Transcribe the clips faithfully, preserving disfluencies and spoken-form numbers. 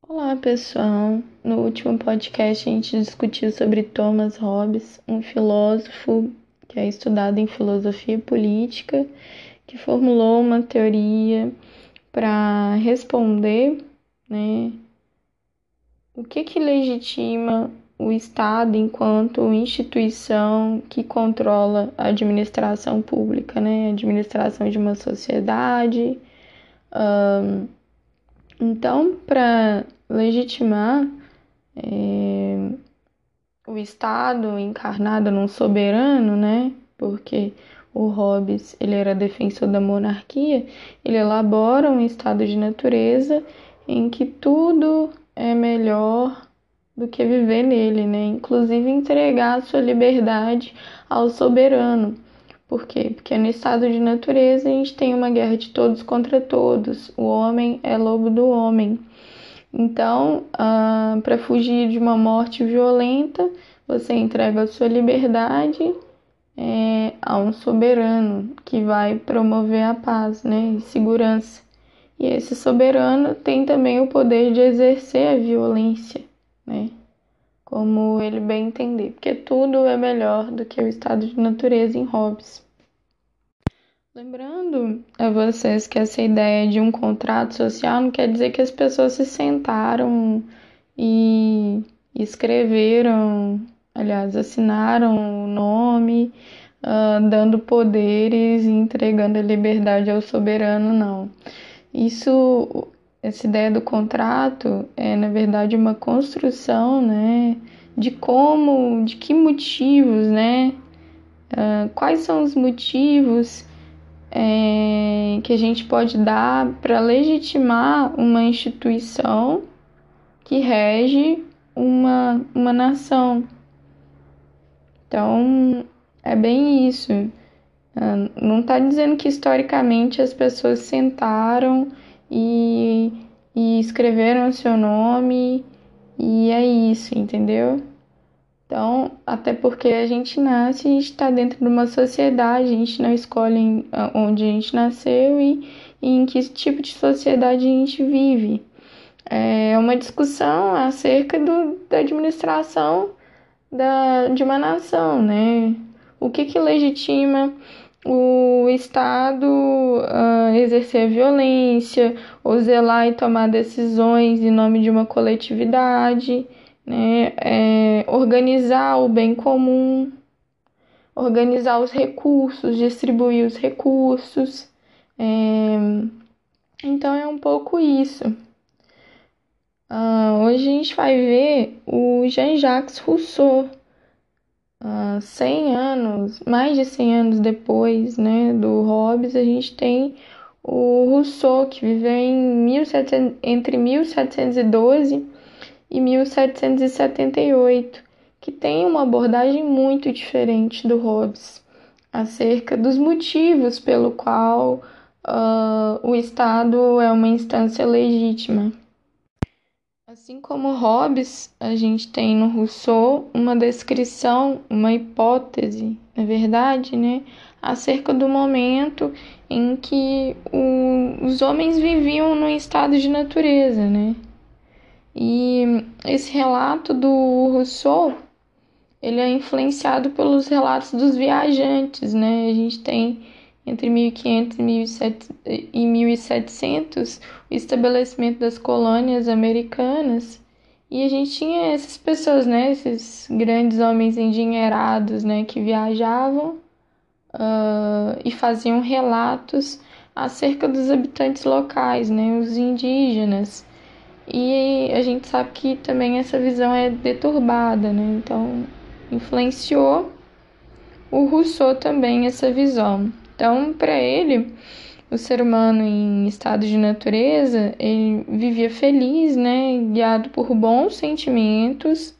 Olá, pessoal. No último podcast a gente discutiu sobre Thomas Hobbes, um filósofo que é estudado em filosofia política, que formulou uma teoria para responder, né, o que que legitima o Estado enquanto instituição que controla a administração pública, né, a administração de uma sociedade. Então, para legitimar é, o Estado encarnado num soberano, né? Porque o Hobbes ele era defensor da monarquia, ele elabora um estado de natureza em que tudo é melhor do que viver nele, né? Inclusive entregar a sua liberdade ao soberano. Por quê? Porque no estado de natureza a gente tem uma guerra de todos contra todos. O homem é lobo do homem. Então, ah, para fugir de uma morte violenta, você entrega a sua liberdade é, a um soberano que vai promover a paz, né, e segurança. E esse soberano tem também o poder de exercer a violência, né, como ele bem entender, porque tudo é melhor do que o estado de natureza em Hobbes. Lembrando a vocês que essa ideia de um contrato social não quer dizer que as pessoas se sentaram e escreveram, aliás, assinaram o nome, uh, dando poderes e entregando a liberdade ao soberano, não. Isso, essa ideia do contrato é, na verdade, uma construção, né, de como, de que motivos, né, uh, quais são os motivos é, que a gente pode dar para legitimar uma instituição que rege uma, uma nação. Então, é bem isso. Não está dizendo que historicamente as pessoas sentaram e, e escreveram seu nome e é isso, entendeu? Então, até porque a gente nasce, a gente está dentro de uma sociedade, a gente não escolhe onde a gente nasceu e, e em que tipo de sociedade a gente vive. É uma discussão acerca do, da administração da, de uma nação, né? O que que legitima o Estado uh, exercer a violência ou zelar e tomar decisões em nome de uma coletividade, né? É, organizar o bem comum, organizar os recursos, distribuir os recursos. É, então é um pouco isso. Uh, hoje a gente vai ver o Jean-Jacques Rousseau, uh, cem anos, mais de cem anos depois, né, do Hobbes, a gente tem o Rousseau, que viveu em mil e setecentos, entre mil setecentos e doze e mil setecentos e setenta e oito, que tem uma abordagem muito diferente do Hobbes, acerca dos motivos pelo qual uh, o Estado é uma instância legítima. Assim como Hobbes, a gente tem no Rousseau uma descrição, uma hipótese, na verdade, né, acerca do momento em que o, os homens viviam num estado de natureza, né? E esse relato do Rousseau, ele é influenciado pelos relatos dos viajantes, né? A gente tem entre mil e quinhentos e mil e setecentos o estabelecimento das colônias americanas, e a gente tinha essas pessoas, né? Esses grandes homens endinheirados, né? Que viajavam uh, e faziam relatos acerca dos habitantes locais, né? Os indígenas. E a gente sabe que também essa visão é deturbada, né? Então, influenciou o Rousseau também essa visão. Então, para ele, o ser humano em estado de natureza, ele vivia feliz, né? Guiado por bons sentimentos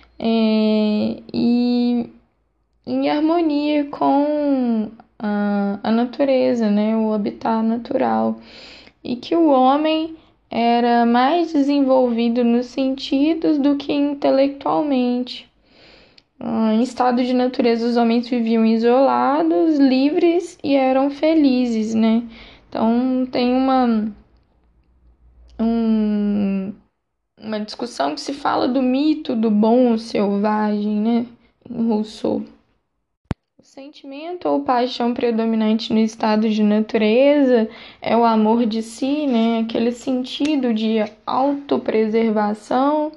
é, e em harmonia com a, a natureza, né? O habitat natural. E que o homem era mais desenvolvido nos sentidos do que intelectualmente. Em estado de natureza, os homens viviam isolados, livres e eram felizes, né? Então, tem uma, um, uma discussão que se fala do mito do bom selvagem, né, em Rousseau. O sentimento ou paixão predominante no estado de natureza é o amor de si, né, aquele sentido de autopreservação.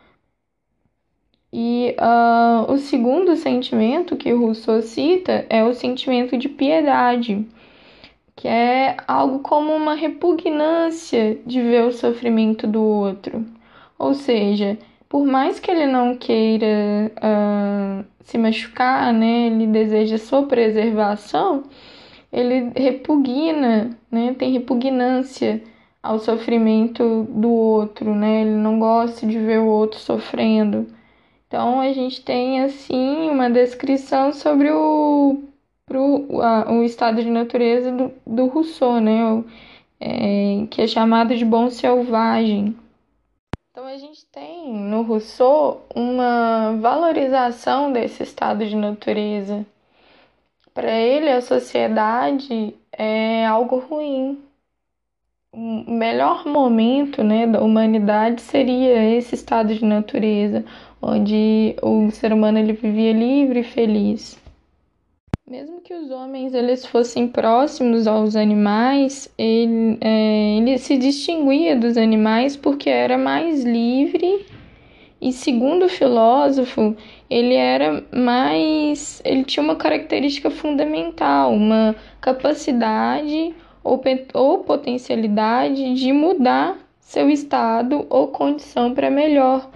E uh, o segundo sentimento que Rousseau cita é o sentimento de piedade, que é algo como uma repugnância de ver o sofrimento do outro. Ou seja, por mais que ele não queira uh, se machucar, né, ele deseja sua preservação, ele repugna, né, tem repugnância ao sofrimento do outro, né, ele não gosta de ver o outro sofrendo. Então, a gente tem, assim, uma descrição sobre o, pro, a, o estado de natureza do, do Rousseau, né? O, é, que é chamado de bom selvagem. Então, a gente tem no Rousseau uma valorização desse estado de natureza. Para ele, a sociedade é algo ruim. O melhor momento, né, da humanidade seria esse estado de natureza, onde o ser humano ele vivia livre e feliz. Mesmo que os homens eles fossem próximos aos animais, ele, é, ele se distinguia dos animais porque era mais livre e, segundo o filósofo, ele era mais, ele tinha uma característica fundamental, uma capacidade ou, ou potencialidade de mudar seu estado ou condição para melhor,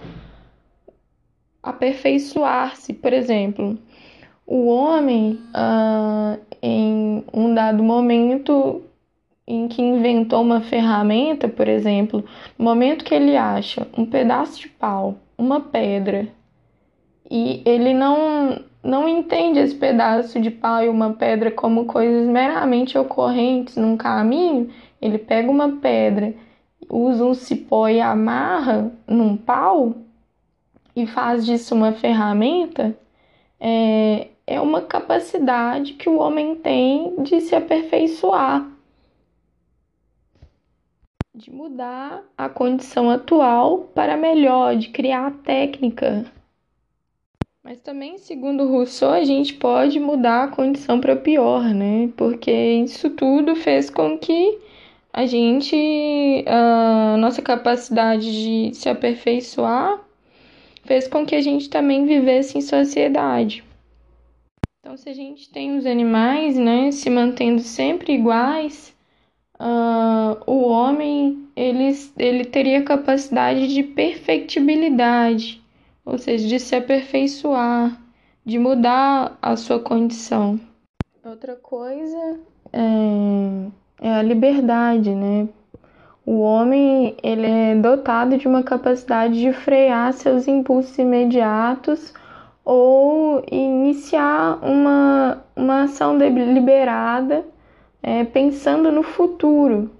aperfeiçoar-se. Por exemplo, o homem, ah, em um dado momento em que inventou uma ferramenta, por exemplo, no momento que ele acha um pedaço de pau, uma pedra, e ele não, não entende esse pedaço de pau e uma pedra como coisas meramente ocorrentes num caminho, ele pega uma pedra, usa um cipó e amarra num pau e faz disso uma ferramenta. É, é uma capacidade que o homem tem de se aperfeiçoar, de mudar a condição atual para melhor, de criar técnica. Mas também, segundo Rousseau, a gente pode mudar a condição para pior, né? Porque isso tudo fez com que a gente, a nossa capacidade de se aperfeiçoar, fez com que a gente também vivesse em sociedade. Então, se a gente tem os animais, né, se mantendo sempre iguais, uh, o homem ele, ele teria capacidade de perfectibilidade, ou seja, de se aperfeiçoar, de mudar a sua condição. Outra coisa é, é a liberdade, né? O homem ele é dotado de uma capacidade de frear seus impulsos imediatos ou iniciar uma, uma ação deliberada é, pensando no futuro.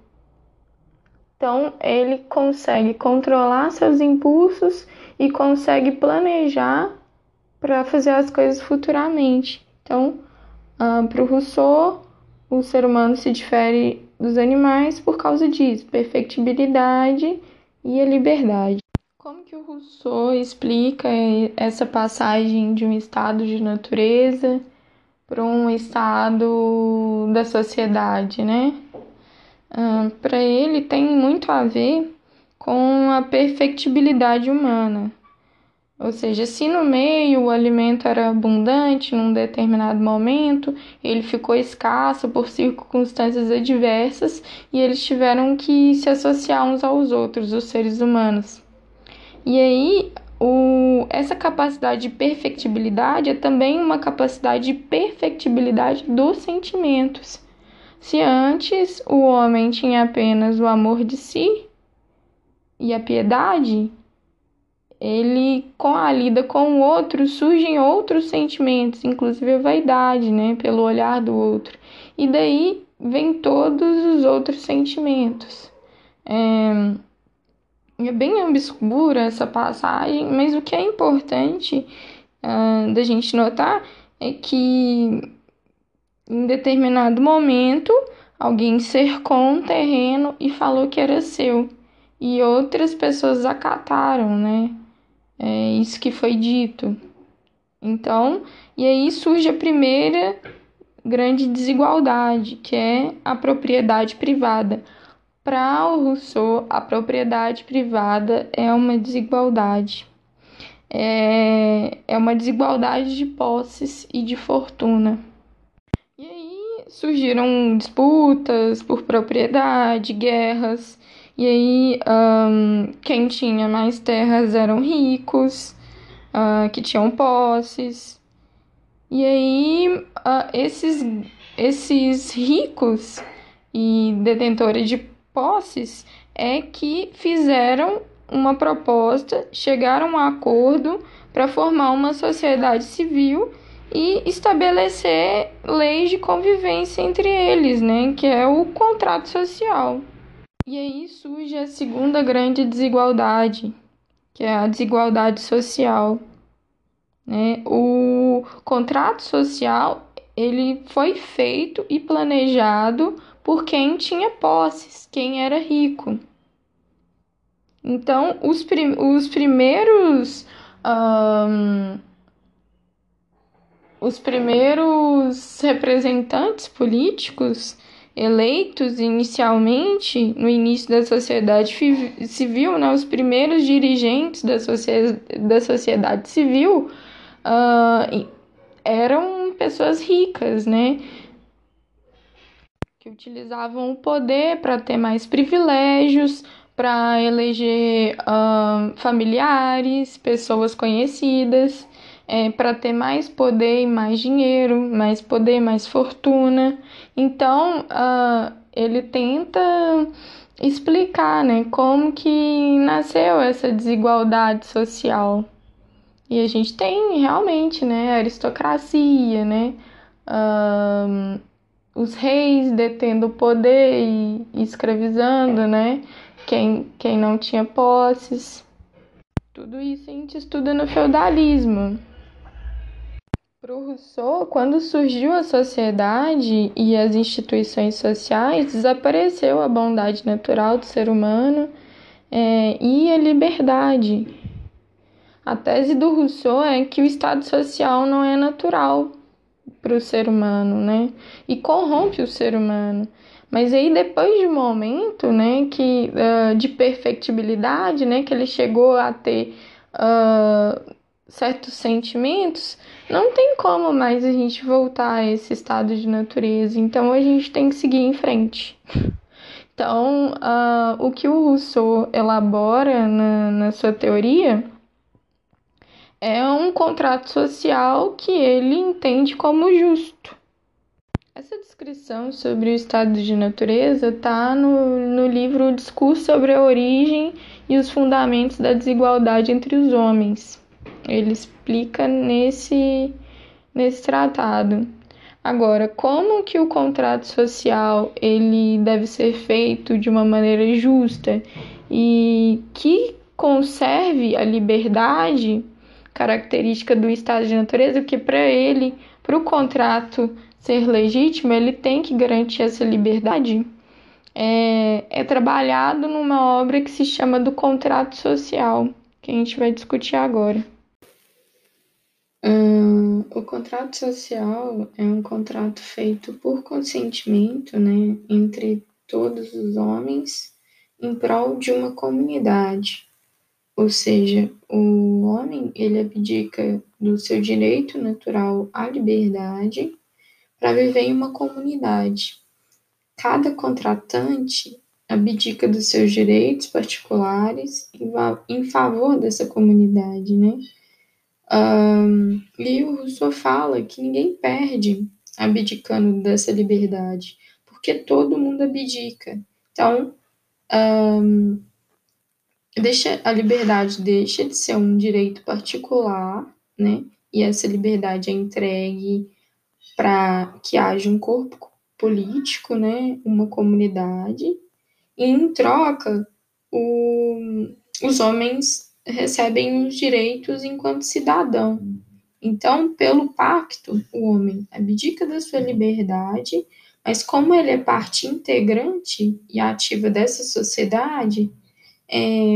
Então, ele consegue controlar seus impulsos e consegue planejar para fazer as coisas futuramente. Então, ah, para o Rousseau, o ser humano se difere dos animais por causa disso, perfectibilidade e a liberdade. Como que o Rousseau explica essa passagem de um estado de natureza para um estado da sociedade, né? Ah, para ele tem muito a ver com a perfectibilidade humana. Ou seja, se no meio o alimento era abundante num determinado momento, ele ficou escasso por circunstâncias adversas e eles tiveram que se associar uns aos outros, os seres humanos. E aí, o, essa capacidade de perfectibilidade é também uma capacidade de perfectibilidade dos sentimentos. Se antes o homem tinha apenas o amor de si e a piedade, ele, com a lida com o outro, surgem outros sentimentos, inclusive a vaidade, né, pelo olhar do outro. E daí vem todos os outros sentimentos. É, é bem obscura essa passagem, mas o que é importante uh, da gente notar é que em determinado momento alguém cercou um terreno e falou que era seu. e outras pessoas acataram, né? É isso que foi dito. Então, e aí surge a primeira grande desigualdade, que é a propriedade privada. Para o Rousseau, a propriedade privada é uma desigualdade. É, é uma desigualdade de posses e de fortuna. E aí surgiram disputas por propriedade, guerras, e aí um, quem tinha mais terras eram ricos, uh, que tinham posses. E aí uh, esses, esses ricos e detentores de posses é que fizeram uma proposta, chegaram a um acordo para formar uma sociedade civil e estabelecer leis de convivência entre eles, né, que é o contrato social. E aí surge a segunda grande desigualdade, que é a desigualdade social, né? O contrato social, ele foi feito e planejado por quem tinha posses, quem era rico. Então, os, prim- os primeiros um, os primeiros representantes políticos eleitos inicialmente no início da sociedade civil, né, os primeiros dirigentes da, socie- da sociedade civil uh, eram pessoas ricas, né, que utilizavam o poder para ter mais privilégios, para eleger uh, familiares, pessoas conhecidas, é, para ter mais poder e mais dinheiro, mais poder, mais fortuna. Então, uh, ele tenta explicar, né, como que nasceu essa desigualdade social. E a gente tem realmente, né, a aristocracia, né, uh, os reis detendo o poder e escravizando, né, quem, quem não tinha posses. Tudo isso a gente estuda no feudalismo. Para o Rousseau, quando surgiu a sociedade e as instituições sociais, desapareceu a bondade natural do ser humano é, e a liberdade. A tese do Rousseau é que o estado social não é natural para o ser humano, né? E corrompe o ser humano. Mas aí depois de um momento, né, que uh, de perfectibilidade, né, que ele chegou a ter uh, certos sentimentos, não tem como mais a gente voltar a esse estado de natureza. Então a gente tem que seguir em frente. Então, uh, o que o Rousseau elabora na, na sua teoria é um contrato social que ele entende como justo. Essa descrição sobre o estado de natureza está no, no livro O Discurso sobre a Origem e os Fundamentos da Desigualdade entre os Homens. Ele explica nesse, nesse tratado. Agora, como que o contrato social ele deve ser feito de uma maneira justa e que conserve a liberdade, característica do estado de natureza, que para ele, para o contrato ser legítimo, ele tem que garantir essa liberdade, é, é trabalhado numa obra que se chama do contrato social, que a gente vai discutir agora. Hum, o contrato social é um contrato feito por consentimento, né, entre todos os homens em prol de uma comunidade. Ou seja, o homem ele abdica do seu direito natural à liberdade para viver em uma comunidade. Cada contratante abdica dos seus direitos particulares em favor dessa comunidade, né? Um, e o Rousseau fala que ninguém perde abdicando dessa liberdade, porque todo mundo abdica. Então, um, deixa, a liberdade deixa de ser um direito particular, né? E essa liberdade é entregue para que haja um corpo político, né? Uma comunidade, e em troca, o, os homens recebem os direitos enquanto cidadão. Então, pelo pacto, o homem abdica da sua liberdade, mas como ele é parte integrante e ativa dessa sociedade, é,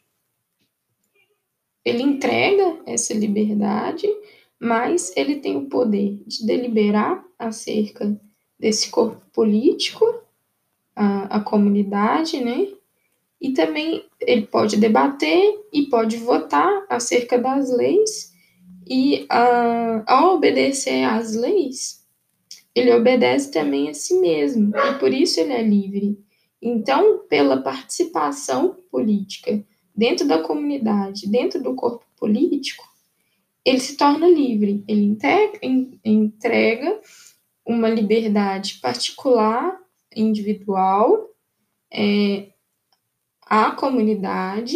ele entrega essa liberdade, mas ele tem o poder de deliberar acerca desse corpo político, a, a comunidade, né? E também ele pode debater e pode votar acerca das leis, e uh, ao obedecer às leis, ele obedece também a si mesmo, e por isso ele é livre. Então, pela participação política dentro da comunidade, dentro do corpo político, ele se torna livre, ele entrega, entrega uma liberdade particular, individual, é, à comunidade,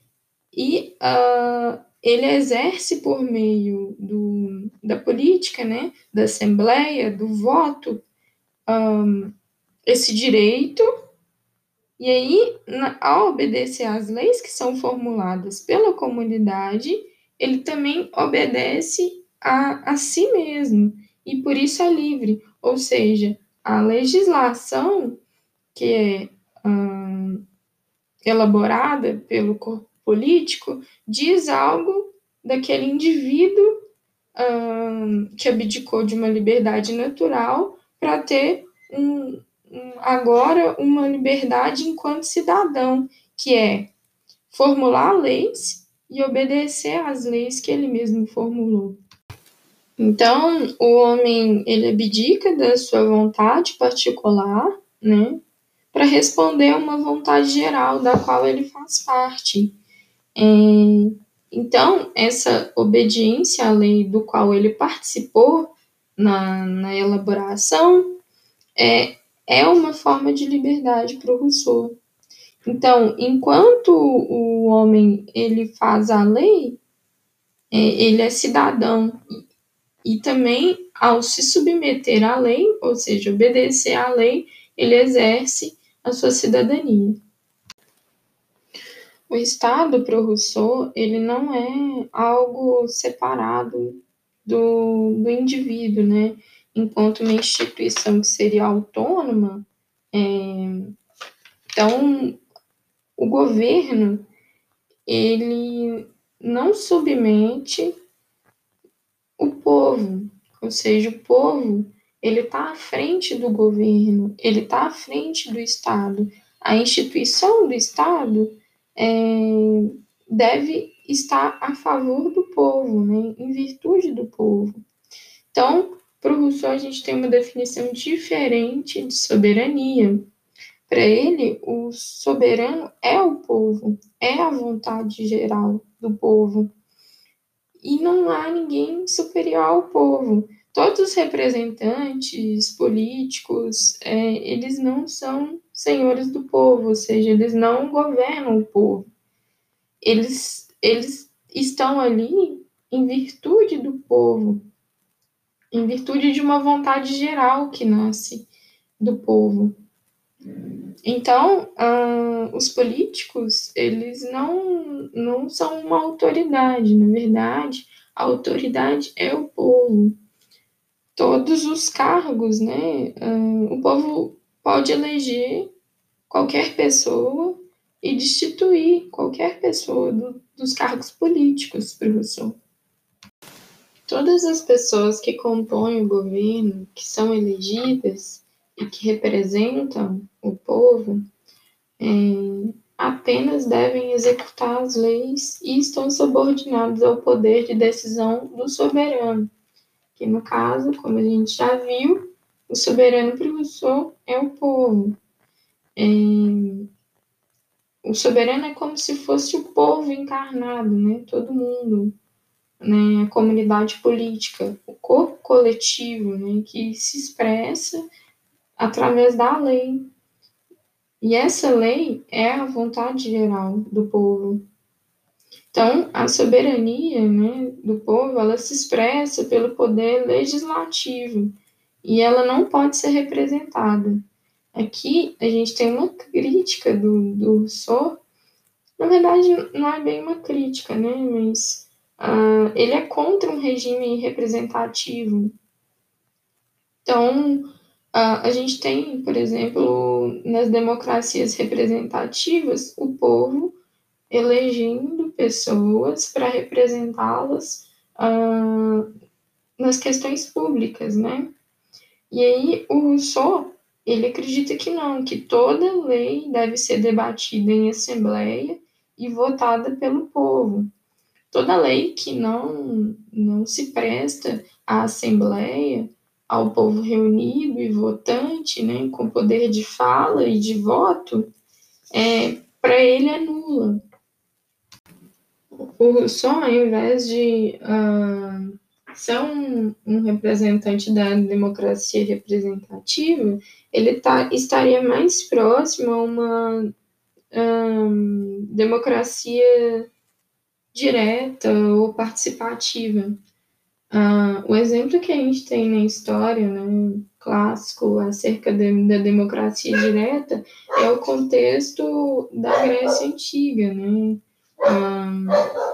e uh, ele exerce por meio do, da política, né, da assembleia, do voto, um, esse direito, e aí, na, ao obedecer às leis que são formuladas pela comunidade, ele também obedece a, a si mesmo, e por isso é livre, ou seja, a legislação que é hum, elaborada pelo corpo político diz algo daquele indivíduo hum, que abdicou de uma liberdade natural para ter um, um, agora uma liberdade enquanto cidadão, que é formular leis e obedecer às leis que ele mesmo formulou. Então, o homem, ele abdica da sua vontade particular, né, para responder a uma vontade geral da qual ele faz parte. É, então, essa obediência à lei do qual ele participou na, na elaboração é, é uma forma de liberdade para o Rousseau. Então, enquanto o homem ele faz a lei, é, ele é cidadão. E, e também, ao se submeter à lei, ou seja, obedecer à lei, ele exerce a sua cidadania. O Estado, para o Rousseau, ele não é algo separado do, do indivíduo, né? Enquanto uma instituição que seria autônoma, é, então o governo ele não submete o povo, ou seja, o povo ele está à frente do governo, ele está à frente do Estado. A instituição do Estado é, deve estar a favor do povo, né, em virtude do povo. Então, para o Rousseau, a gente tem uma definição diferente de soberania. Para ele, o soberano é o povo, é a vontade geral do povo. E não há ninguém superior ao povo. Todos os representantes políticos, é, eles não são senhores do povo, ou seja, eles não governam o povo. Eles, eles estão ali em virtude do povo, em virtude de uma vontade geral que nasce do povo. Então, uh, os políticos, eles não, não são uma autoridade, na verdade, a autoridade é o povo. Todos os cargos, né, uh, o povo pode eleger qualquer pessoa e destituir qualquer pessoa do, dos cargos políticos, professor. Todas as pessoas que compõem o governo, que são elegidas e que representam o povo, é, apenas devem executar as leis e estão subordinados ao poder de decisão do soberano, que no caso, como a gente já viu, o soberano para Rousseau é o povo. É, o soberano é como se fosse o povo encarnado, né? Todo mundo, né? A comunidade política, o corpo coletivo, né? Que se expressa através da lei. E essa lei é a vontade geral do povo. Então, a soberania, né, do povo, ela se expressa pelo poder legislativo e ela não pode ser representada. Aqui a gente tem uma crítica do, do Rousseau. Na verdade, não é bem uma crítica, né, mas uh, ele é contra um regime representativo. Então, uh, a gente tem, por exemplo, nas democracias representativas, o povo elegendo pessoas para representá-las ah, nas questões públicas, né? E aí o Rousseau, ele acredita que não, que toda lei deve ser debatida em assembleia e votada pelo povo. Toda lei que não, não se presta à assembleia, ao povo reunido e votante, né, com poder de fala e de voto, é, para ele é nula. O Rousseau, ao invés de uh, ser um, um representante da democracia representativa, ele tá, estaria mais próximo a uma um, democracia direta ou participativa. Uh, o exemplo que a gente tem na história, né, clássico, acerca de, da democracia direta, é o contexto da Grécia Antiga, né? Um,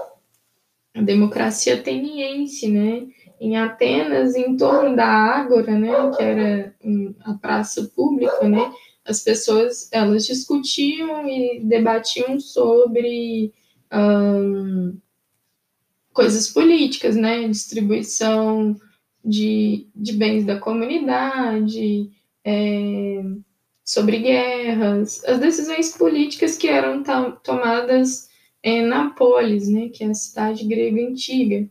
a democracia ateniense, né? Em Atenas, em torno da Ágora, né, que era a praça pública, né, as pessoas elas discutiam e debatiam sobre um, coisas políticas, né, distribuição de, de bens da comunidade, é, sobre guerras, as decisões políticas que eram tomadas é, na polis, né, que é a cidade grega antiga.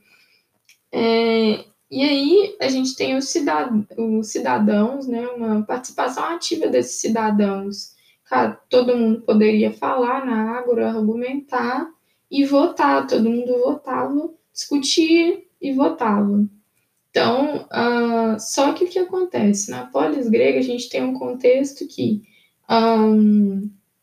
É, e aí a gente tem os, cidad os cidadãos, né, uma participação ativa desses cidadãos. Cara, todo mundo poderia falar na Ágora, argumentar e votar. Todo mundo votava, discutia e votava. Então, uh, só que o que acontece? Na polis grega, a gente tem um contexto que um,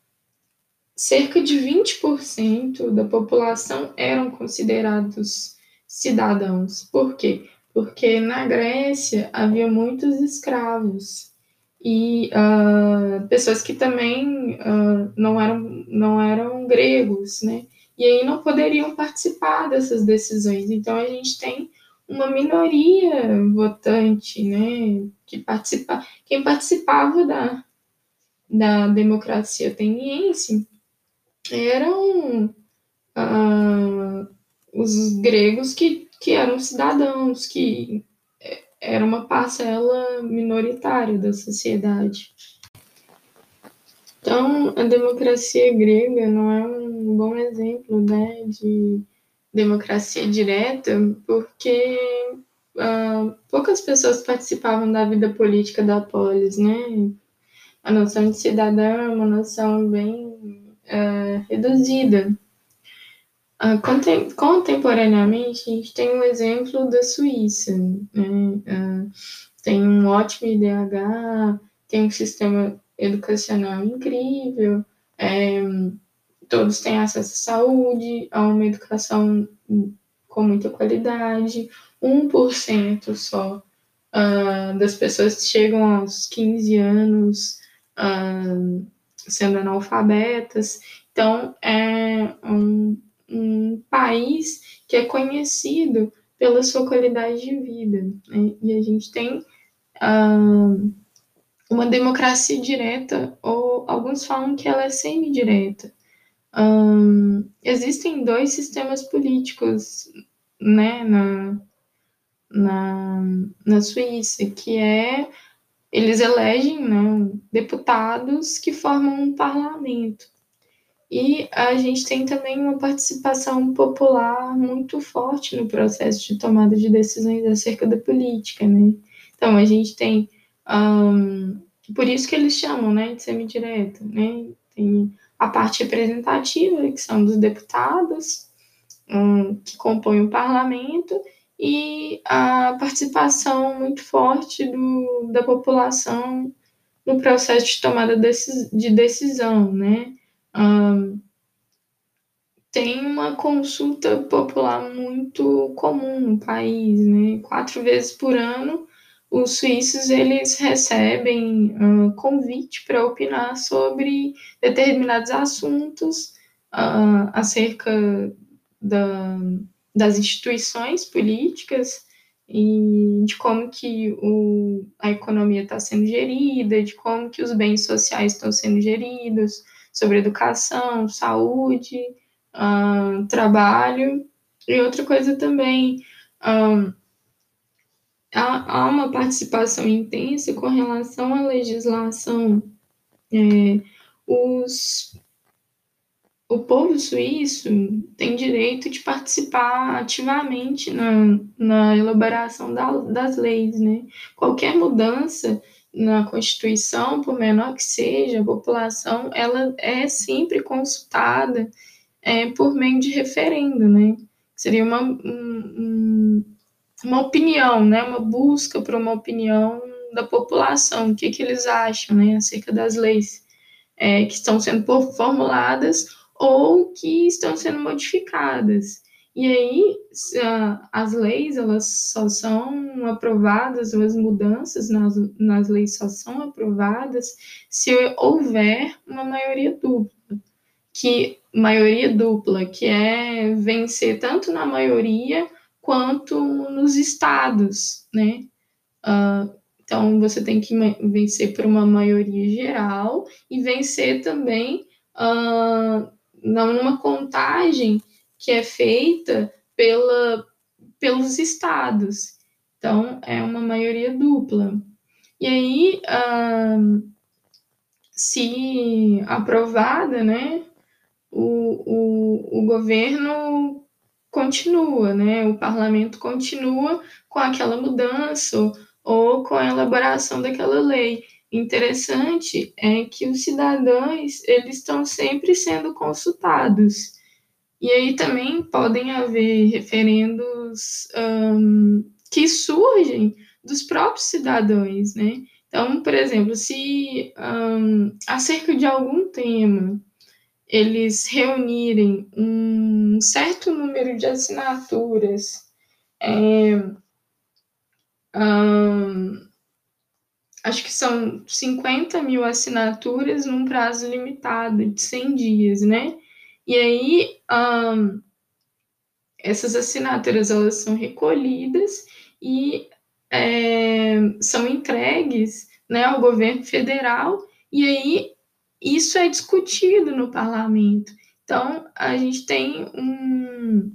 cerca de vinte por cento da população eram considerados cidadãos. Por quê? Porque na Grécia havia muitos escravos e uh, pessoas que também uh, não, eram, não eram gregos, né? E aí não poderiam participar dessas decisões. Então a gente tem uma minoria votante, né? Que participa, quem participava da, da democracia ateniense eram ah, os gregos que, que eram cidadãos, que era uma parcela minoritária da sociedade. Então, a democracia grega não é um bom exemplo, né, de democracia direta, porque uh, poucas pessoas participavam da vida política da polis, né? A noção de cidadão é uma noção bem uh, reduzida. Uh, contem contemporaneamente, a gente tem um exemplo da Suíça, né? Uh, tem um ótimo I D H, tem um sistema educacional incrível, é, todos têm acesso à saúde, a uma educação com muita qualidade, um por cento só uh, das pessoas chegam aos quinze anos uh, sendo analfabetas. Então, é um, um país que é conhecido pela sua qualidade de vida, né? E a gente tem uh, uma democracia direta, ou alguns falam que ela é semi-direta. Um, existem dois sistemas políticos, né, na, na, na Suíça, que é, eles elegem, né, deputados que formam um parlamento. E a gente tem também uma participação popular muito forte no processo de tomada de decisões acerca da política, né? Então, a gente tem... Um, por isso que eles chamam, né, de semidireta, né? Tem a parte representativa, que são dos deputados, um, que compõem o parlamento, e a participação muito forte do, da população no processo de tomada de decisão, né? Um, tem uma consulta popular muito comum no país, né? Quatro vezes por ano, os suíços eles recebem uh, convite para opinar sobre determinados assuntos uh, acerca da, das instituições políticas e de como que o, a economia está sendo gerida, de como que os bens sociais estão sendo geridos, sobre educação, saúde, uh, trabalho. E outra coisa também, uh, há, há uma participação intensa com relação à legislação. É, os O povo suíço tem direito de participar ativamente na, na elaboração da, das leis, né? Qualquer mudança na Constituição, por menor que seja, a população ela é sempre consultada é, por meio de referendo, né? Seria uma, um, uma opinião, né? Uma busca por uma opinião da população, o que, que eles acham, né? Acerca das leis é, que estão sendo formuladas ou que estão sendo modificadas. E aí, as leis, elas só são aprovadas, ou as mudanças nas, nas leis só são aprovadas se houver uma maioria dupla. Que, maioria dupla, que é vencer tanto na maioria quanto nos estados, né? Uh, então, você tem que vencer por uma maioria geral e vencer também uh, numa contagem que é feita pela, pelos estados. Então, é uma maioria dupla. E aí, uh, se aprovada, né, o, o, o governo continua, né, o parlamento continua com aquela mudança ou com a elaboração daquela lei. Interessante é que os cidadãos eles estão sempre sendo consultados. E aí também podem haver referendos um, que surgem dos próprios cidadãos, né? Então, por exemplo, se um, acerca de algum tema eles reunirem um certo número de assinaturas, é, um, acho que são cinquenta mil assinaturas num prazo limitado de cem dias, né? E aí, um, essas assinaturas elas são recolhidas e é, são entregues, né, ao governo federal, e aí isso é discutido no parlamento. Então, a gente tem um.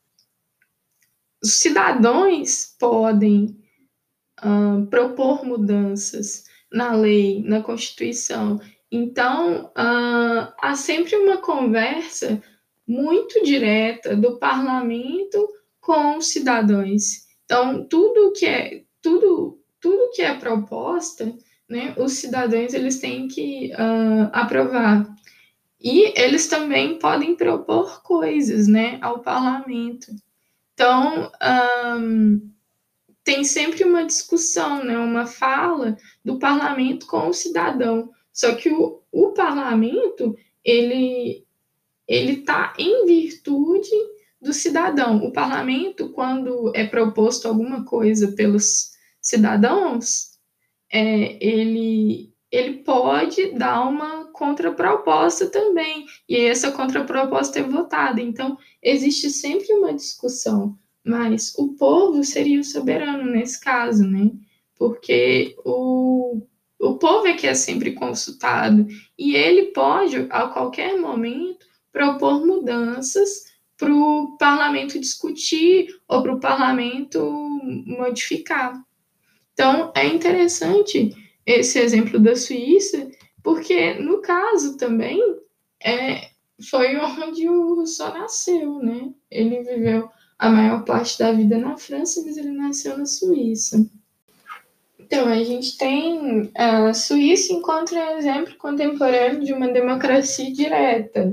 Os cidadãos podem uh, propor mudanças na lei, na Constituição. Então, uh, há sempre uma conversa muito direta do parlamento com os cidadãos. Então, tudo que é, tudo, tudo que é proposta, né, os cidadãos eles têm que uh, aprovar. E eles também podem propor coisas, né, ao parlamento. Então, um, tem sempre uma discussão, né, uma fala do parlamento com o cidadão. Só que o, o parlamento, ele ele está em virtude do cidadão. O parlamento, quando é proposto alguma coisa pelos cidadãos, é, ele, ele pode dar uma contraproposta também, e essa contraproposta é votada. Então, existe sempre uma discussão, mas o povo seria o soberano nesse caso, né? Porque o, o povo é que é sempre consultado, e ele pode, a qualquer momento, propor mudanças para o parlamento discutir ou para o parlamento modificar. Então, é interessante esse exemplo da Suíça, porque, no caso também, é, foi onde o Rousseau nasceu, né? Ele viveu a maior parte da vida na França, mas ele nasceu na Suíça. Então, a gente tem a Suíça enquanto um exemplo contemporâneo de uma democracia direta,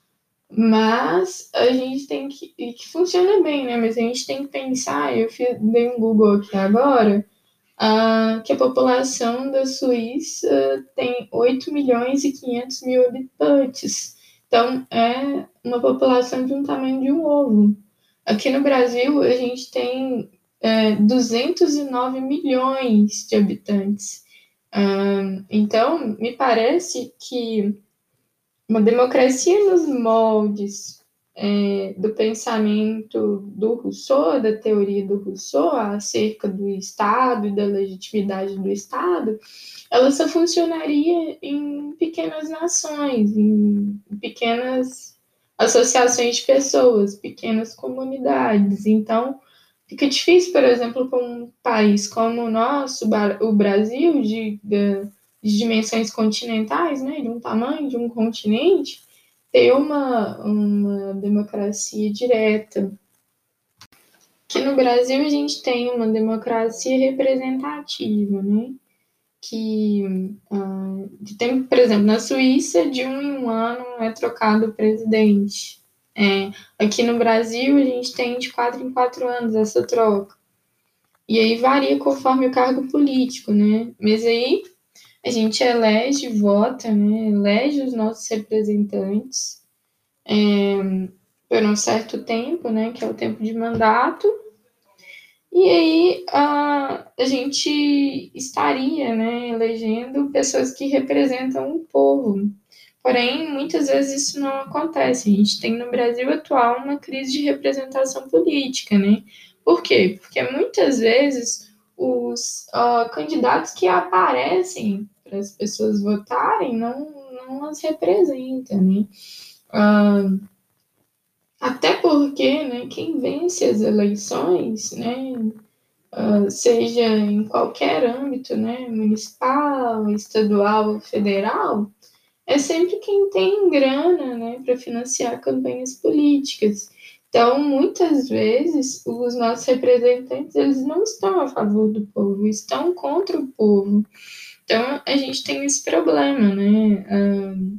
mas a gente tem que, e que funciona bem, né? Mas a gente tem que pensar, eu fiz, dei um Google aqui agora, Uh, que a população da Suíça tem oito milhões e quinhentos mil habitantes. Então, é uma população de um tamanho de um ovo. Aqui no Brasil, a gente tem é, duzentos e nove milhões de habitantes. Uh, então, me parece que uma democracia nos moldes é, do pensamento do Rousseau, da teoria do Rousseau acerca do Estado e da legitimidade do Estado, ela só funcionaria em pequenas nações, em pequenas associações de pessoas, pequenas comunidades. Então, fica difícil, por exemplo, para um país como o nosso, o Brasil, de, de, de dimensões continentais, né, de um tamanho de um continente, ter uma, uma democracia direta. Que no Brasil a gente tem uma democracia representativa, né? Que uh, tem, por exemplo, na Suíça, de um em um ano é trocado o presidente. É, aqui no Brasil, a gente tem de quatro em quatro anos essa troca. E aí varia conforme o cargo político, né? Mas aí a gente elege, vota, né? Elege os nossos representantes é, por um certo tempo, né? Que é o tempo de mandato. E aí a, a gente estaria, né, elegendo pessoas que representam o povo. Porém, muitas vezes isso não acontece. A gente tem no Brasil atual uma crise de representação política, né? Por quê? Porque muitas vezes os uh, candidatos que aparecem para as pessoas votarem não, não as representam, né? Uh, até porque, né, quem vence as eleições, né, Uh, seja em qualquer âmbito, né, municipal, estadual, federal, é sempre quem tem grana, né, para financiar campanhas políticas. Então, muitas vezes, os nossos representantes, eles não estão a favor do povo, estão contra o povo. Então, a gente tem esse problema, né, uh,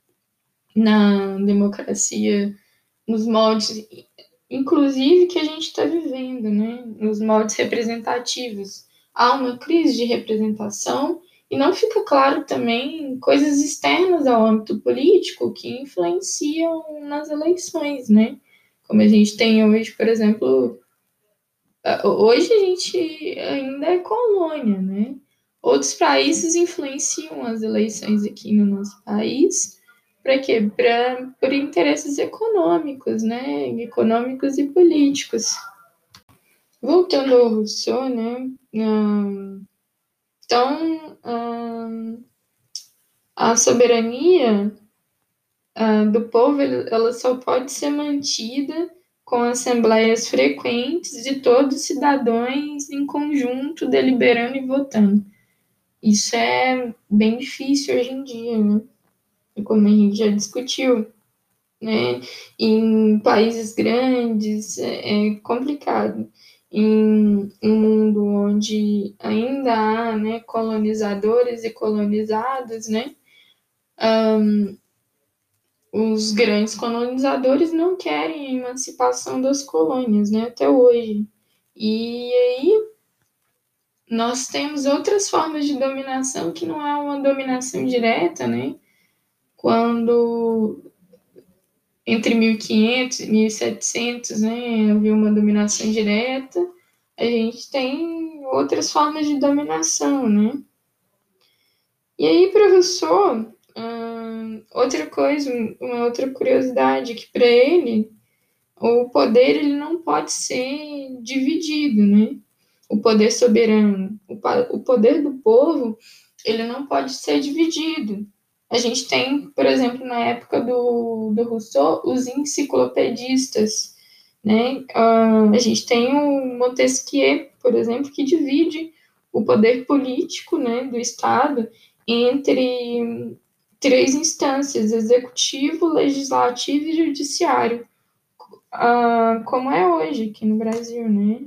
na democracia, nos moldes, inclusive, que a gente está vivendo, né? Nos moldes representativos. Há uma crise de representação e não fica claro também coisas externas ao âmbito político que influenciam nas eleições, né? Como a gente tem hoje, por exemplo, hoje a gente ainda é colônia, né? Outros países influenciam as eleições aqui no nosso país. Para quê? Pra, por interesses econômicos, né? Econômicos e políticos. Voltando ao Rousseau, né? Então, a soberania do povo, ela só pode ser mantida com assembleias frequentes de todos os cidadãos em conjunto, deliberando e votando. Isso é bem difícil hoje em dia, né? Como a gente já discutiu, né? Em países grandes é complicado. Em um mundo onde ainda há, né, colonizadores e colonizados, né? Um, os grandes colonizadores não querem a emancipação das colônias, né, até hoje. E aí nós temos outras formas de dominação que não é uma dominação direta, né? Quando entre mil e quinhentos e mil e setecentos, né, havia uma dominação direta, a gente tem outras formas de dominação, né? E aí, professor, hum, outra coisa, uma outra curiosidade, que para ele, o poder ele não pode ser dividido, né? O poder soberano, o, o poder do povo, ele não pode ser dividido. A gente tem, por exemplo, na época do, do Rousseau, os enciclopedistas, né? Uh, a gente tem o Montesquieu, por exemplo, que divide o poder político, né, do Estado entre três instâncias: executivo, legislativo e judiciário, uh, como é hoje aqui no Brasil, né?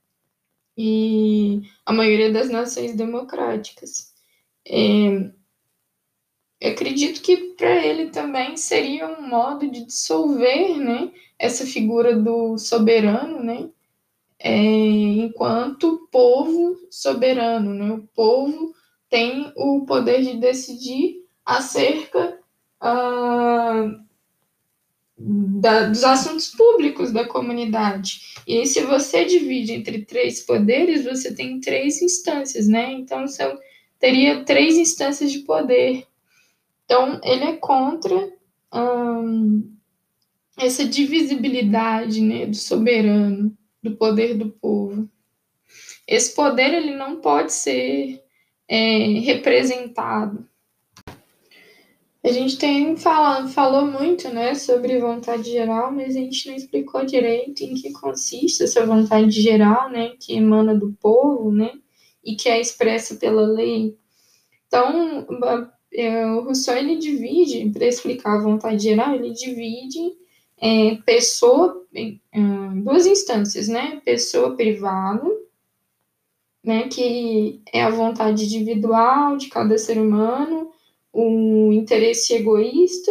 E a maioria das nações democráticas. É, eu acredito que para ele também seria um modo de dissolver, né, essa figura do soberano, né, é, enquanto povo soberano, né, o povo tem o poder de decidir acerca uh, da, dos assuntos públicos da comunidade. E aí, se você divide entre três poderes, você tem três instâncias, né? Então, você teria três instâncias de poder. Então, ele é contra hum, essa divisibilidade, né, do soberano, do poder do povo. Esse poder ele não pode ser é, representado. A gente tem fala, falou muito, né, sobre vontade geral, mas a gente não explicou direito em que consiste essa vontade geral, né, que emana do povo, né, e que é expressa pela lei. Então, é, o Rousseau, ele divide, para explicar a vontade geral, ele divide é, pessoa em em duas instâncias, né, pessoa privada, né, que é a vontade individual de cada ser humano, o interesse egoísta,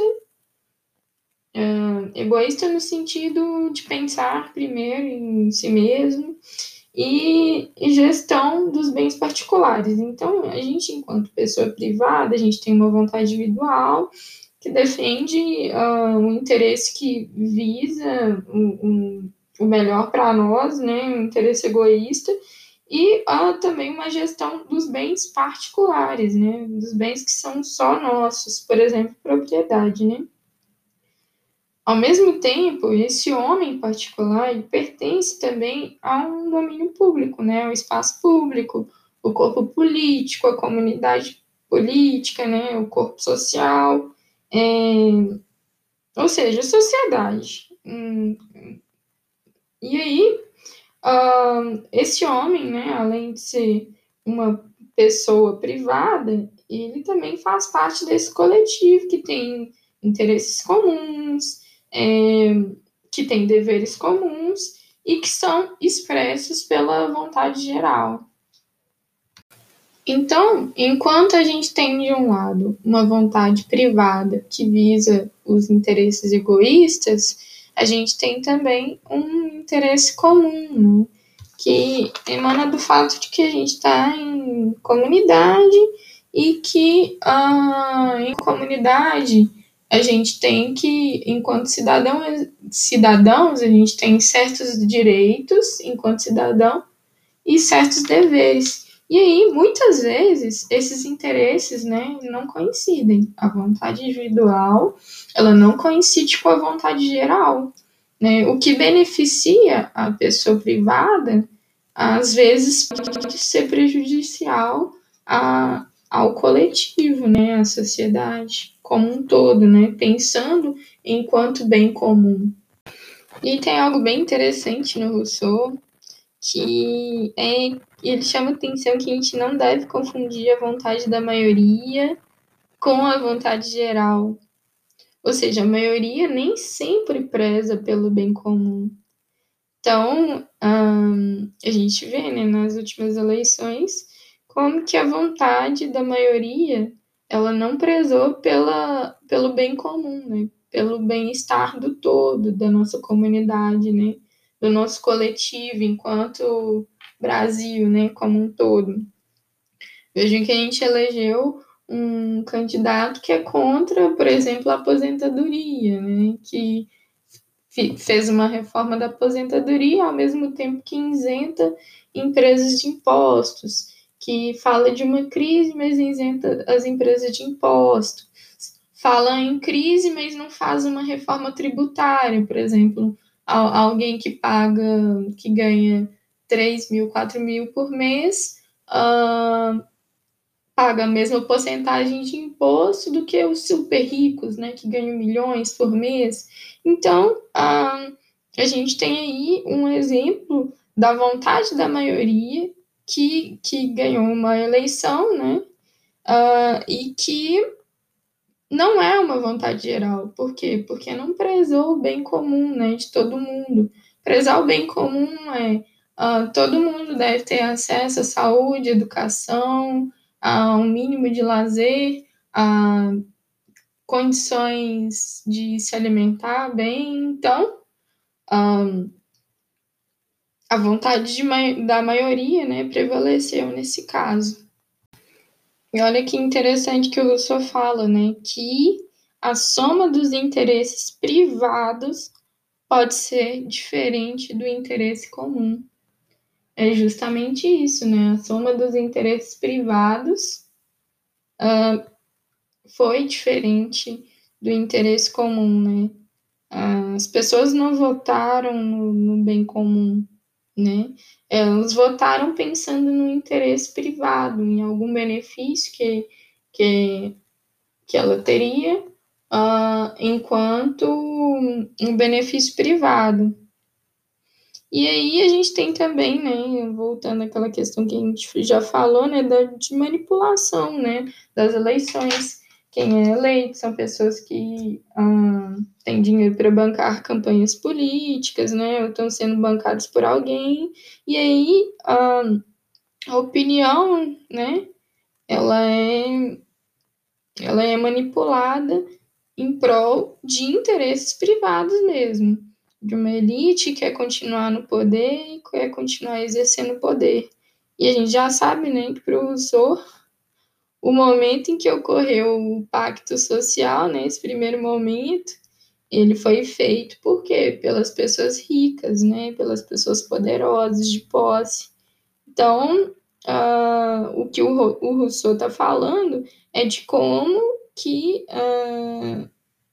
egoísta no sentido de pensar primeiro em si mesmo e, e gestão dos bens particulares. Então, a gente, enquanto pessoa privada, a gente tem uma vontade individual que defende uh, um interesse que visa um, um, o melhor para nós, né, um interesse egoísta, e há também uma gestão dos bens particulares, né, dos bens que são só nossos, por exemplo, propriedade, né. Ao mesmo tempo, esse homem em particular, ele pertence também a um domínio público, né, o espaço público, o corpo político, a comunidade política, né, o corpo social, é, ou seja, a sociedade. Hum, e aí, uh, esse homem, né, além de ser uma pessoa privada, ele também faz parte desse coletivo que tem interesses comuns, é, que tem deveres comuns e que são expressos pela vontade geral. Então, enquanto a gente tem de um lado uma vontade privada que visa os interesses egoístas, a gente tem também um interesse comum, né? Que emana do fato de que a gente está em comunidade e que ah, em comunidade a gente tem que, enquanto cidadão, cidadãos, a gente tem certos direitos enquanto cidadão e certos deveres. E aí, muitas vezes, esses interesses, né, não coincidem. A vontade individual, ela não coincide com a vontade geral, né? O que beneficia a pessoa privada, às vezes, pode ser prejudicial a, ao coletivo, né, à sociedade como um todo, né, pensando enquanto bem comum. E tem algo bem interessante no Rousseau, que é, ele chama atenção que a gente não deve confundir a vontade da maioria com a vontade geral. Ou seja, a maioria nem sempre preza pelo bem comum. Então, hum, a gente vê, né, nas últimas eleições como que a vontade da maioria ela não prezou pela, pelo bem comum, né, pelo bem-estar do todo, da nossa comunidade, né, do nosso coletivo enquanto Brasil, né, como um todo. Vejam que a gente elegeu um candidato que é contra, por exemplo, a aposentadoria, né, que fez uma reforma da aposentadoria ao mesmo tempo que isenta empresas de impostos, que fala de uma crise, mas isenta as empresas de impostos. Fala em crise, mas não faz uma reforma tributária, por exemplo, alguém que paga, que ganha três mil, quatro mil por mês, uh, paga a mesma porcentagem de imposto do que os super ricos, né, que ganham milhões por mês. Então, a, a gente tem aí um exemplo da vontade da maioria que, que ganhou uma eleição, né, uh, e que não é uma vontade geral. Por quê? Porque não prezou o bem comum, né, de todo mundo. Prezar o bem comum é uh, todo mundo deve ter acesso à saúde, educação, a um mínimo de lazer, a condições de se alimentar bem. Então, um, a vontade de, da maioria, né, prevaleceu nesse caso. E olha que interessante que o Rousseau fala, né, que a soma dos interesses privados pode ser diferente do interesse comum. É justamente isso, né? A soma dos interesses privados uh, foi diferente do interesse comum, né? As pessoas não votaram no, no bem comum, né? Elas votaram pensando no interesse privado, em algum benefício que, que que ela teria uh, enquanto um benefício privado. E aí a gente tem também, né, voltando àquela questão que a gente já falou, né, da, de manipulação, né, das eleições. Quem é eleito são pessoas que ah, têm dinheiro para bancar campanhas políticas, né, ou estão sendo bancados por alguém. E aí ah, a opinião, né, ela é, ela é manipulada em prol de interesses privados mesmo, de uma elite que quer continuar no poder e quer continuar exercendo o poder. E a gente já sabe, né, que para o Rousseau, o momento em que ocorreu o pacto social, né, esse primeiro momento, ele foi feito por quê? Pelas pessoas ricas, né, pelas pessoas poderosas, de posse. Então, uh, o que o, o Rousseau está falando é de como que uh,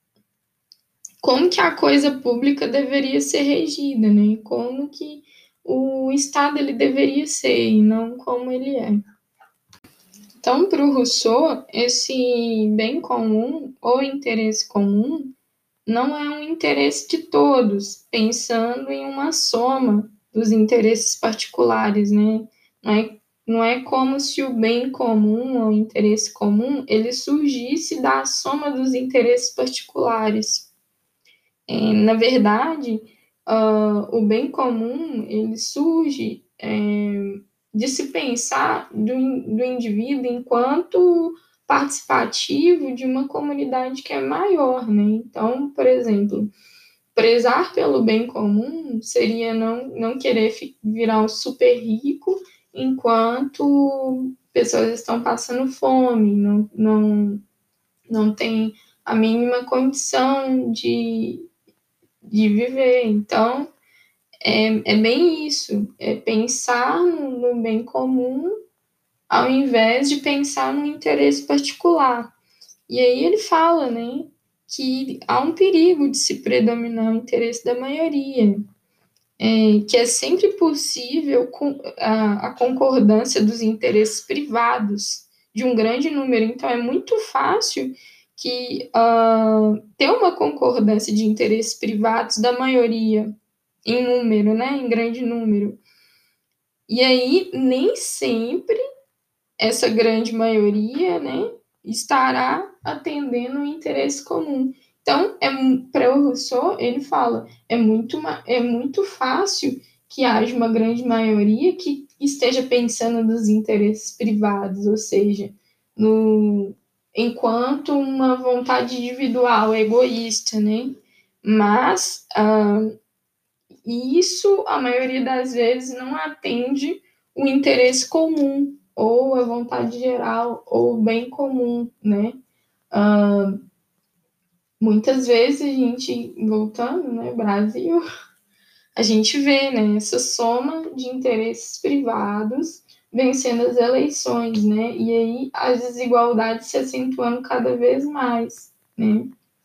como que a coisa pública deveria ser regida, né? Como que o Estado ele deveria ser e não como ele é. Então, para o Rousseau, esse bem comum ou interesse comum não é um interesse de todos, pensando em uma soma dos interesses particulares, né? Não é, não é como se o bem comum ou o interesse comum ele surgisse da soma dos interesses particulares. É, na verdade, uh, o bem comum ele surge é, de se pensar do, do indivíduo enquanto participativo de uma comunidade que é maior, né? Então, por exemplo, prezar pelo bem comum seria não, não querer virar um super rico enquanto pessoas estão passando fome, não, não, não tem a mínima condição de, de viver. Então, é, é bem isso, é pensar no, no bem comum ao invés de pensar no interesse particular. E aí ele fala, né, que há um perigo de se predominar o interesse da maioria, é, que é sempre possível com, a, a concordância dos interesses privados de um grande número. Então, é muito fácil que uh, ter uma concordância de interesses privados da maioria em número, né, em grande número. E aí, nem sempre essa grande maioria, né, estará atendendo o interesse comum. Então, é, para o Rousseau, ele fala, é muito, é muito fácil que haja uma grande maioria que esteja pensando nos interesses privados, ou seja, no, enquanto uma vontade individual, egoísta, né? Mas ah, isso, a maioria das vezes, não atende o interesse comum, ou a vontade geral, ou o bem comum, né? Uh, muitas vezes a gente, voltando, né, Brasil, a gente vê, né, essa soma de interesses privados vencendo as eleições, né? E aí as desigualdades se acentuando cada vez mais, né?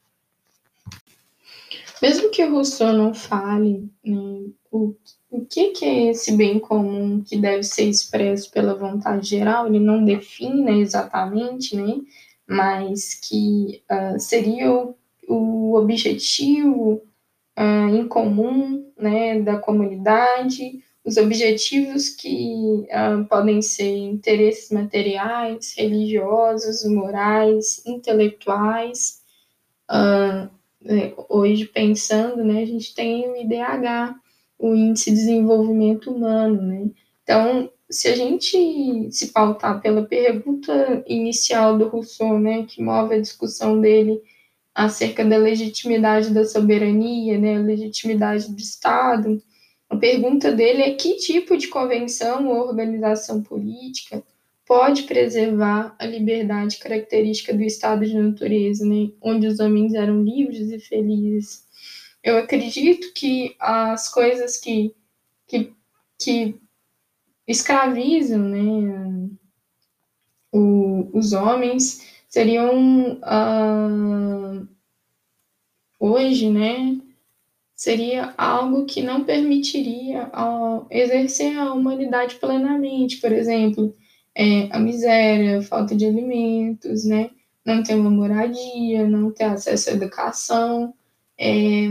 Mesmo que o Rousseau não fale, né, o, o que, que é esse bem comum que deve ser expresso pela vontade geral, ele não define exatamente, né, mas que uh, seria o, o objetivo uh, em comum, né, da comunidade, os objetivos que uh, podem ser interesses materiais, religiosos, morais, intelectuais. Uh, hoje, pensando, né, a gente tem o I D H, o Índice de Desenvolvimento Humano, né? Então, se a gente se pautar pela pergunta inicial do Rousseau, né, que move a discussão dele acerca da legitimidade da soberania, né, a legitimidade do Estado, a pergunta dele é que tipo de convenção ou organização política pode preservar a liberdade característica do estado de natureza, né, onde os homens eram livres e felizes. Eu acredito que as coisas que, que, que escravizam, né, o, os homens seriam uh, hoje, né, seria algo que não permitiria uh, exercer a humanidade plenamente, por exemplo, é, a miséria, a falta de alimentos, né? não ter uma moradia, não ter acesso à educação, é,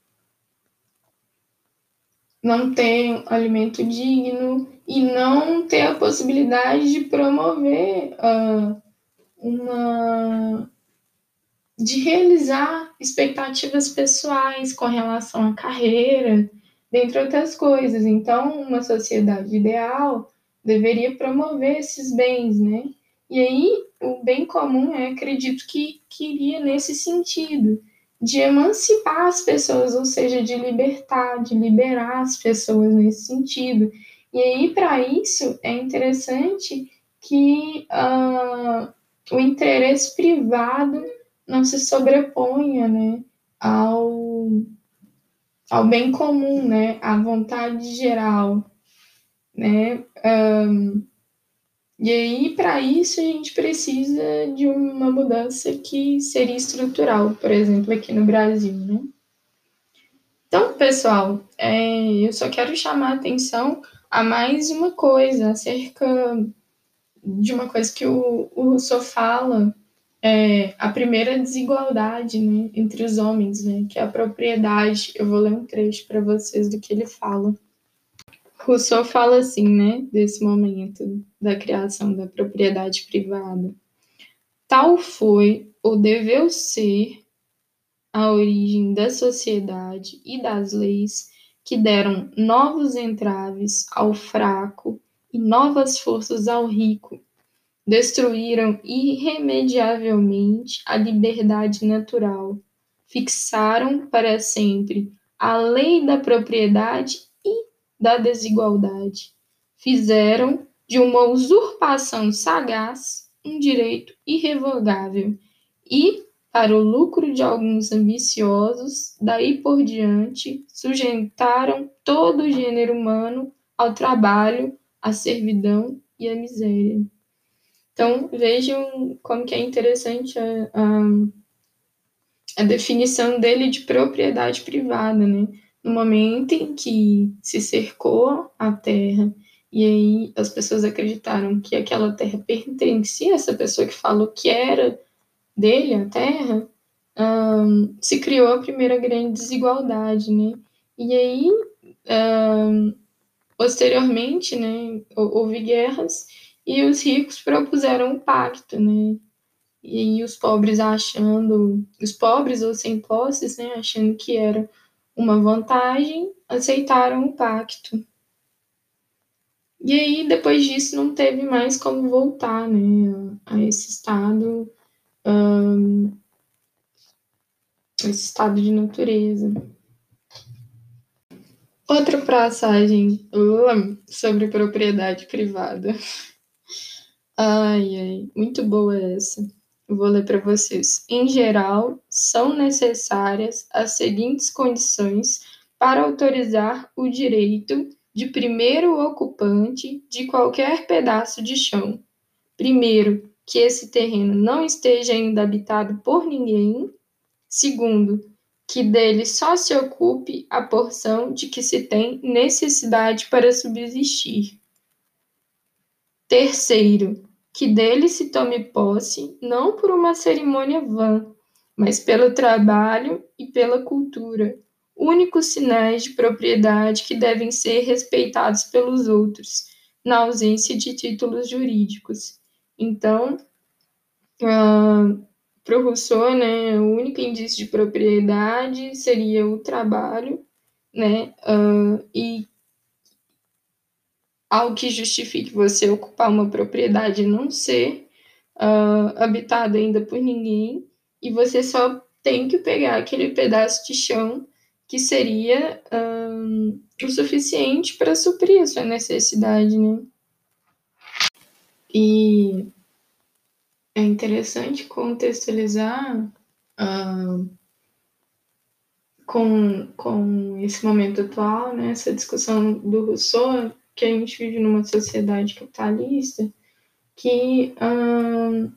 não ter alimento digno e não ter a possibilidade de promover uh, uma de realizar expectativas pessoais com relação à carreira, dentre outras coisas. Então, uma sociedade ideal deveria promover esses bens, né? E aí, o bem comum, eu acredito que queria nesse sentido, de emancipar as pessoas, ou seja, de libertar, de liberar as pessoas nesse sentido. E aí, para isso, é interessante que uh, o interesse privado não se sobreponha, né, ao, ao bem comum, né, à vontade geral, né? Um, e aí, para isso, a gente precisa de uma mudança que seria estrutural, por exemplo, aqui no Brasil, né? Então, pessoal, é, eu só quero chamar a atenção a mais uma coisa, acerca de uma coisa que o, o Rousseau fala, é, a primeira desigualdade, né, entre os homens, né, que é a propriedade. Eu vou ler um trecho para vocês do que ele fala. Rousseau fala assim, né, desse momento da criação da propriedade privada. Tal foi ou deveu ser a origem da sociedade e das leis que deram novos entraves ao fraco e novas forças ao rico, destruíram irremediavelmente a liberdade natural, fixaram para sempre a lei da propriedade e da desigualdade, fizeram de uma usurpação sagaz um direito irrevogável e, para o lucro de alguns ambiciosos, daí por diante, sujeitaram todo o gênero humano ao trabalho, à servidão e à miséria. Então, vejam como que é interessante a, a, a definição dele de propriedade privada, né? No momento em que se cercou a terra e aí as pessoas acreditaram que aquela terra pertencia a essa pessoa que falou que era dele, a terra, um, se criou a primeira grande desigualdade, né? E aí, um, posteriormente, né, houve guerras e os ricos propuseram um pacto, né? E os pobres achando, os pobres ou sem posses, né, achando que era uma vantagem, aceitaram o pacto. E aí, depois disso, não teve mais como voltar, né, a esse estado, um, esse estado de natureza. Outra passagem uh, sobre propriedade privada. Ai, ai, muito boa essa. Eu vou ler para vocês. Em geral, são necessárias as seguintes condições para autorizar o direito de primeiro ocupante de qualquer pedaço de chão. Primeiro, que esse terreno não esteja ainda habitado por ninguém. Segundo, que dele só se ocupe a porção de que se tem necessidade para subsistir. Terceiro, que dele se tome posse, não por uma cerimônia vã, mas pelo trabalho e pela cultura, únicos sinais de propriedade que devem ser respeitados pelos outros, na ausência de títulos jurídicos. Então, uh, para o Rousseau, né, o único indício de propriedade seria o trabalho, né, uh, e algo que justifique você ocupar uma propriedade e não ser uh, habitada ainda por ninguém, e você só tem que pegar aquele pedaço de chão que seria um, o suficiente para suprir a sua necessidade, né? E é interessante contextualizar uh, com, com esse momento atual, né, essa discussão do Rousseau, que a gente vive numa sociedade capitalista, que, uh,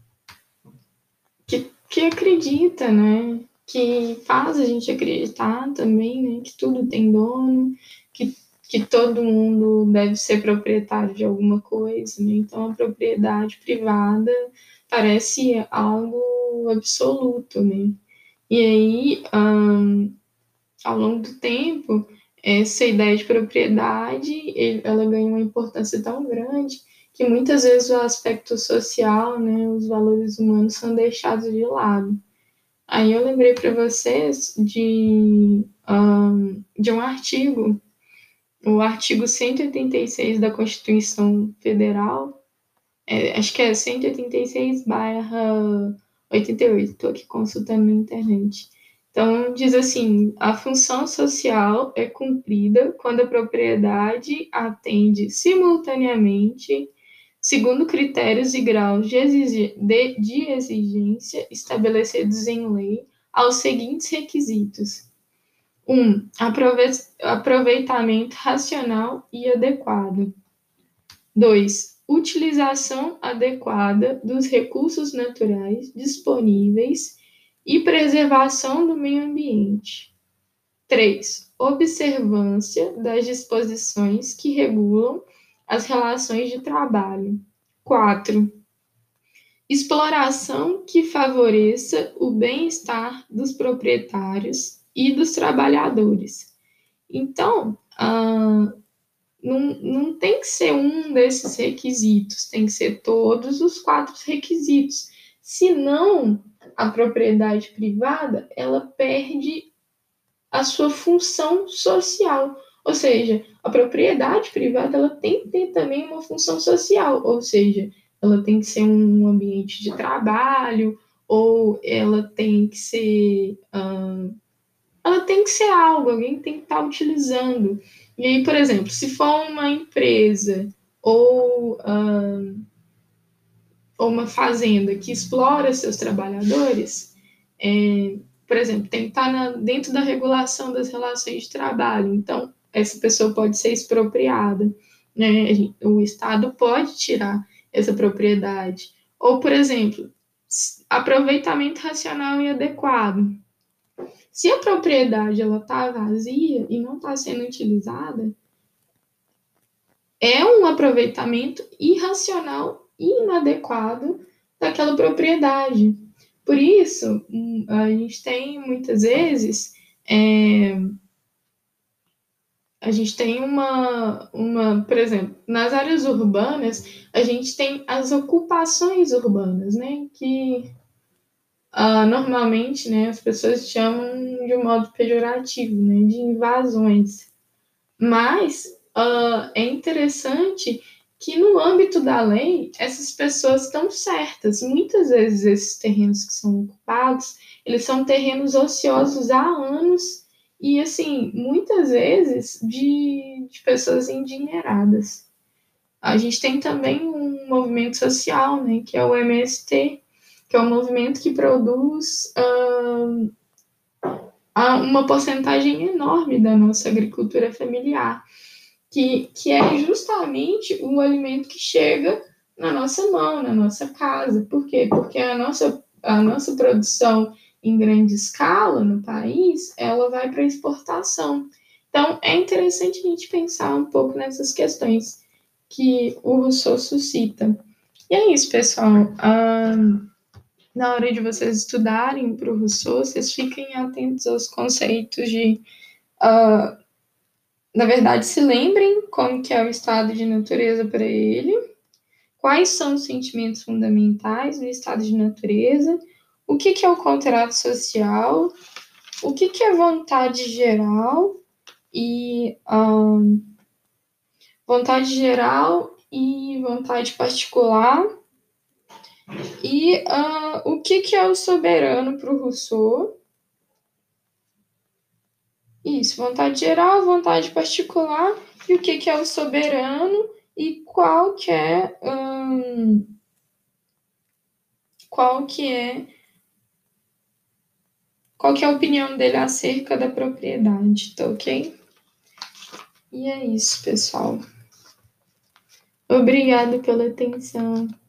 que, que acredita, né, que faz a gente acreditar também, né, que tudo tem dono, que, que todo mundo deve ser proprietário de alguma coisa, né? Então a propriedade privada parece algo absoluto, né? E aí, um, ao longo do tempo, essa ideia de propriedade, ele, ela ganha uma importância tão grande que muitas vezes o aspecto social, né, os valores humanos são deixados de lado. Aí eu lembrei para vocês de, um, de um artigo, o artigo cento e oitenta e seis da Constituição Federal, é, acho que é cento e oitenta e seis barra oitenta e oito, estou aqui consultando na internet. Então, diz assim: a função social é cumprida quando a propriedade atende simultaneamente, segundo critérios e graus de, exig de, de exigência estabelecidos em lei, aos seguintes requisitos: um. Aproveitamento racional e adequado. dois. Utilização adequada dos recursos naturais disponíveis e preservação do meio ambiente. três. Observância das disposições que regulam as relações de trabalho. quatro. Exploração que favoreça o bem-estar dos proprietários e dos trabalhadores. Então, ah, não, não tem que ser um desses requisitos, tem que ser todos os quatro requisitos. Senão, a propriedade privada, ela perde a sua função social. Ou seja, a propriedade privada, ela tem que ter também uma função social, ou seja, ela tem que ser um ambiente de trabalho, ou ela tem que ser... Hum, ela tem que ser algo, alguém tem que estar utilizando. E aí, por exemplo, se for uma empresa ou, hum, ou uma fazenda que explora seus trabalhadores, é, por exemplo, tem que estar na, dentro da regulação das relações de trabalho. Então, essa pessoa pode ser expropriada, né? O Estado pode tirar essa propriedade. Ou, por exemplo, aproveitamento racional e adequado. Se a propriedade ela está vazia e não está sendo utilizada, é um aproveitamento irracional e inadequado daquela propriedade. Por isso, a gente tem muitas vezes é, a gente tem uma, uma, por exemplo, nas áreas urbanas, a gente tem as ocupações urbanas, né? Que uh, normalmente, né, as pessoas chamam de um modo pejorativo, né? De invasões. Mas uh, é interessante que no âmbito da lei, essas pessoas estão certas. Muitas vezes esses terrenos que são ocupados, eles são terrenos ociosos há anos e, assim, muitas vezes de, de pessoas endinheiradas. A gente tem também um movimento social, né, que é o M S T, que é um movimento que produz uh, uma porcentagem enorme da nossa agricultura familiar. Que, que é justamente o alimento que chega na nossa mão, na nossa casa. Por quê? Porque a nossa, a nossa produção em grande escala no país, ela vai para exportação. Então, é interessante a gente pensar um pouco nessas questões que o Rousseau suscita. E é isso, pessoal. Ah, na hora de vocês estudarem para o Rousseau, vocês fiquem atentos aos conceitos de... Uh, na verdade, se lembrem como que é o estado de natureza para ele, quais são os sentimentos fundamentais do estado de natureza, o que, que é o contrato social, o que, que é vontade geral e um, vontade geral e vontade particular, e uh, o que, que é o soberano para o Rousseau. Isso, vontade geral, vontade particular, e o que, que é o soberano, e qual que é hum, qual que é qual que é a opinião dele acerca da propriedade, tá ok? E é isso, pessoal. Obrigada pela atenção.